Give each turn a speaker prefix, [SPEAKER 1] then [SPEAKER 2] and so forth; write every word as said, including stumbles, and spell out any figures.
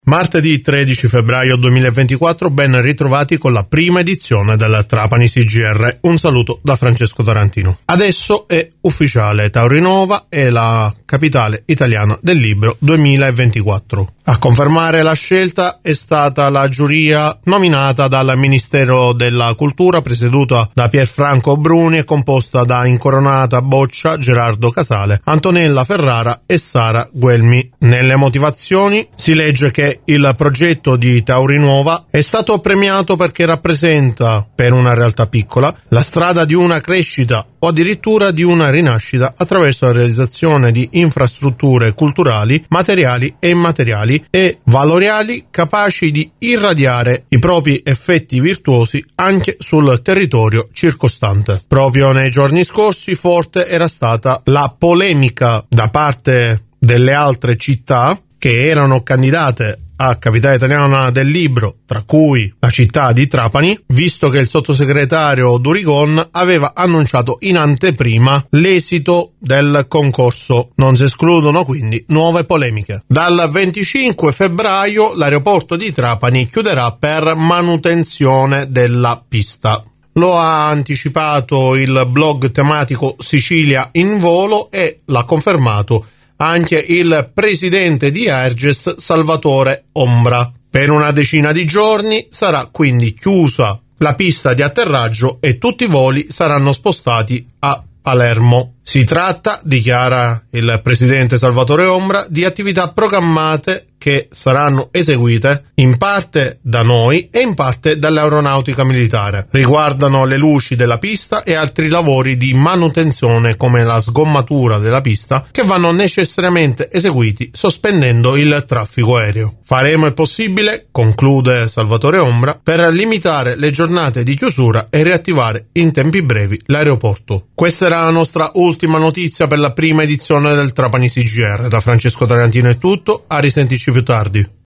[SPEAKER 1] Martedì tredici febbraio duemilaventiquattro, ben ritrovati con la prima edizione del Trapani C G R. Un saluto da Francesco Tarantino. Adesso è ufficiale, Taurinova è la capitale italiana del libro duemilaventiquattro. A confermare la scelta è stata la giuria nominata dal Ministero della Cultura, presieduta da Pierfranco Bruni e composta da Incoronata Boccia, Gerardo Casale, Antonella Ferrara e Sara Guelmi. Nelle motivazioni si legge che il progetto di Taurinuova è stato premiato perché rappresenta, per una realtà piccola, la strada di una crescita o addirittura di una rinascita attraverso la realizzazione di infrastrutture culturali, materiali e immateriali e valoriali capaci di irradiare i propri effetti virtuosi anche sul territorio circostante. Proprio nei giorni scorsi forte era stata la polemica da parte delle altre città che erano candidate a capitale italiana del libro, tra cui la città di Trapani, visto che il sottosegretario Durigon aveva annunciato in anteprima l'esito del concorso. Non si escludono quindi nuove polemiche. Dal venticinque febbraio l'aeroporto di Trapani chiuderà per manutenzione della pista. Lo ha anticipato il blog tematico Sicilia in volo e l'ha confermato anche il presidente di Airges Salvatore Ombra. Per una decina di giorni sarà quindi chiusa la pista di atterraggio e tutti i voli saranno spostati a Palermo. Si tratta, dichiara il presidente Salvatore Ombra, di attività programmate che saranno eseguite in parte da noi e in parte dall'aeronautica militare. Riguardano le luci della pista e altri lavori di manutenzione come la sgommatura della pista che vanno necessariamente eseguiti sospendendo il traffico aereo. Faremo il possibile, conclude Salvatore Ombra, per limitare le giornate di chiusura e riattivare in tempi brevi l'aeroporto. Questa era la nostra ultima notizia per la prima edizione del Trapani C G R. Da Francesco Tarantino è tutto, a risentirci più tardi.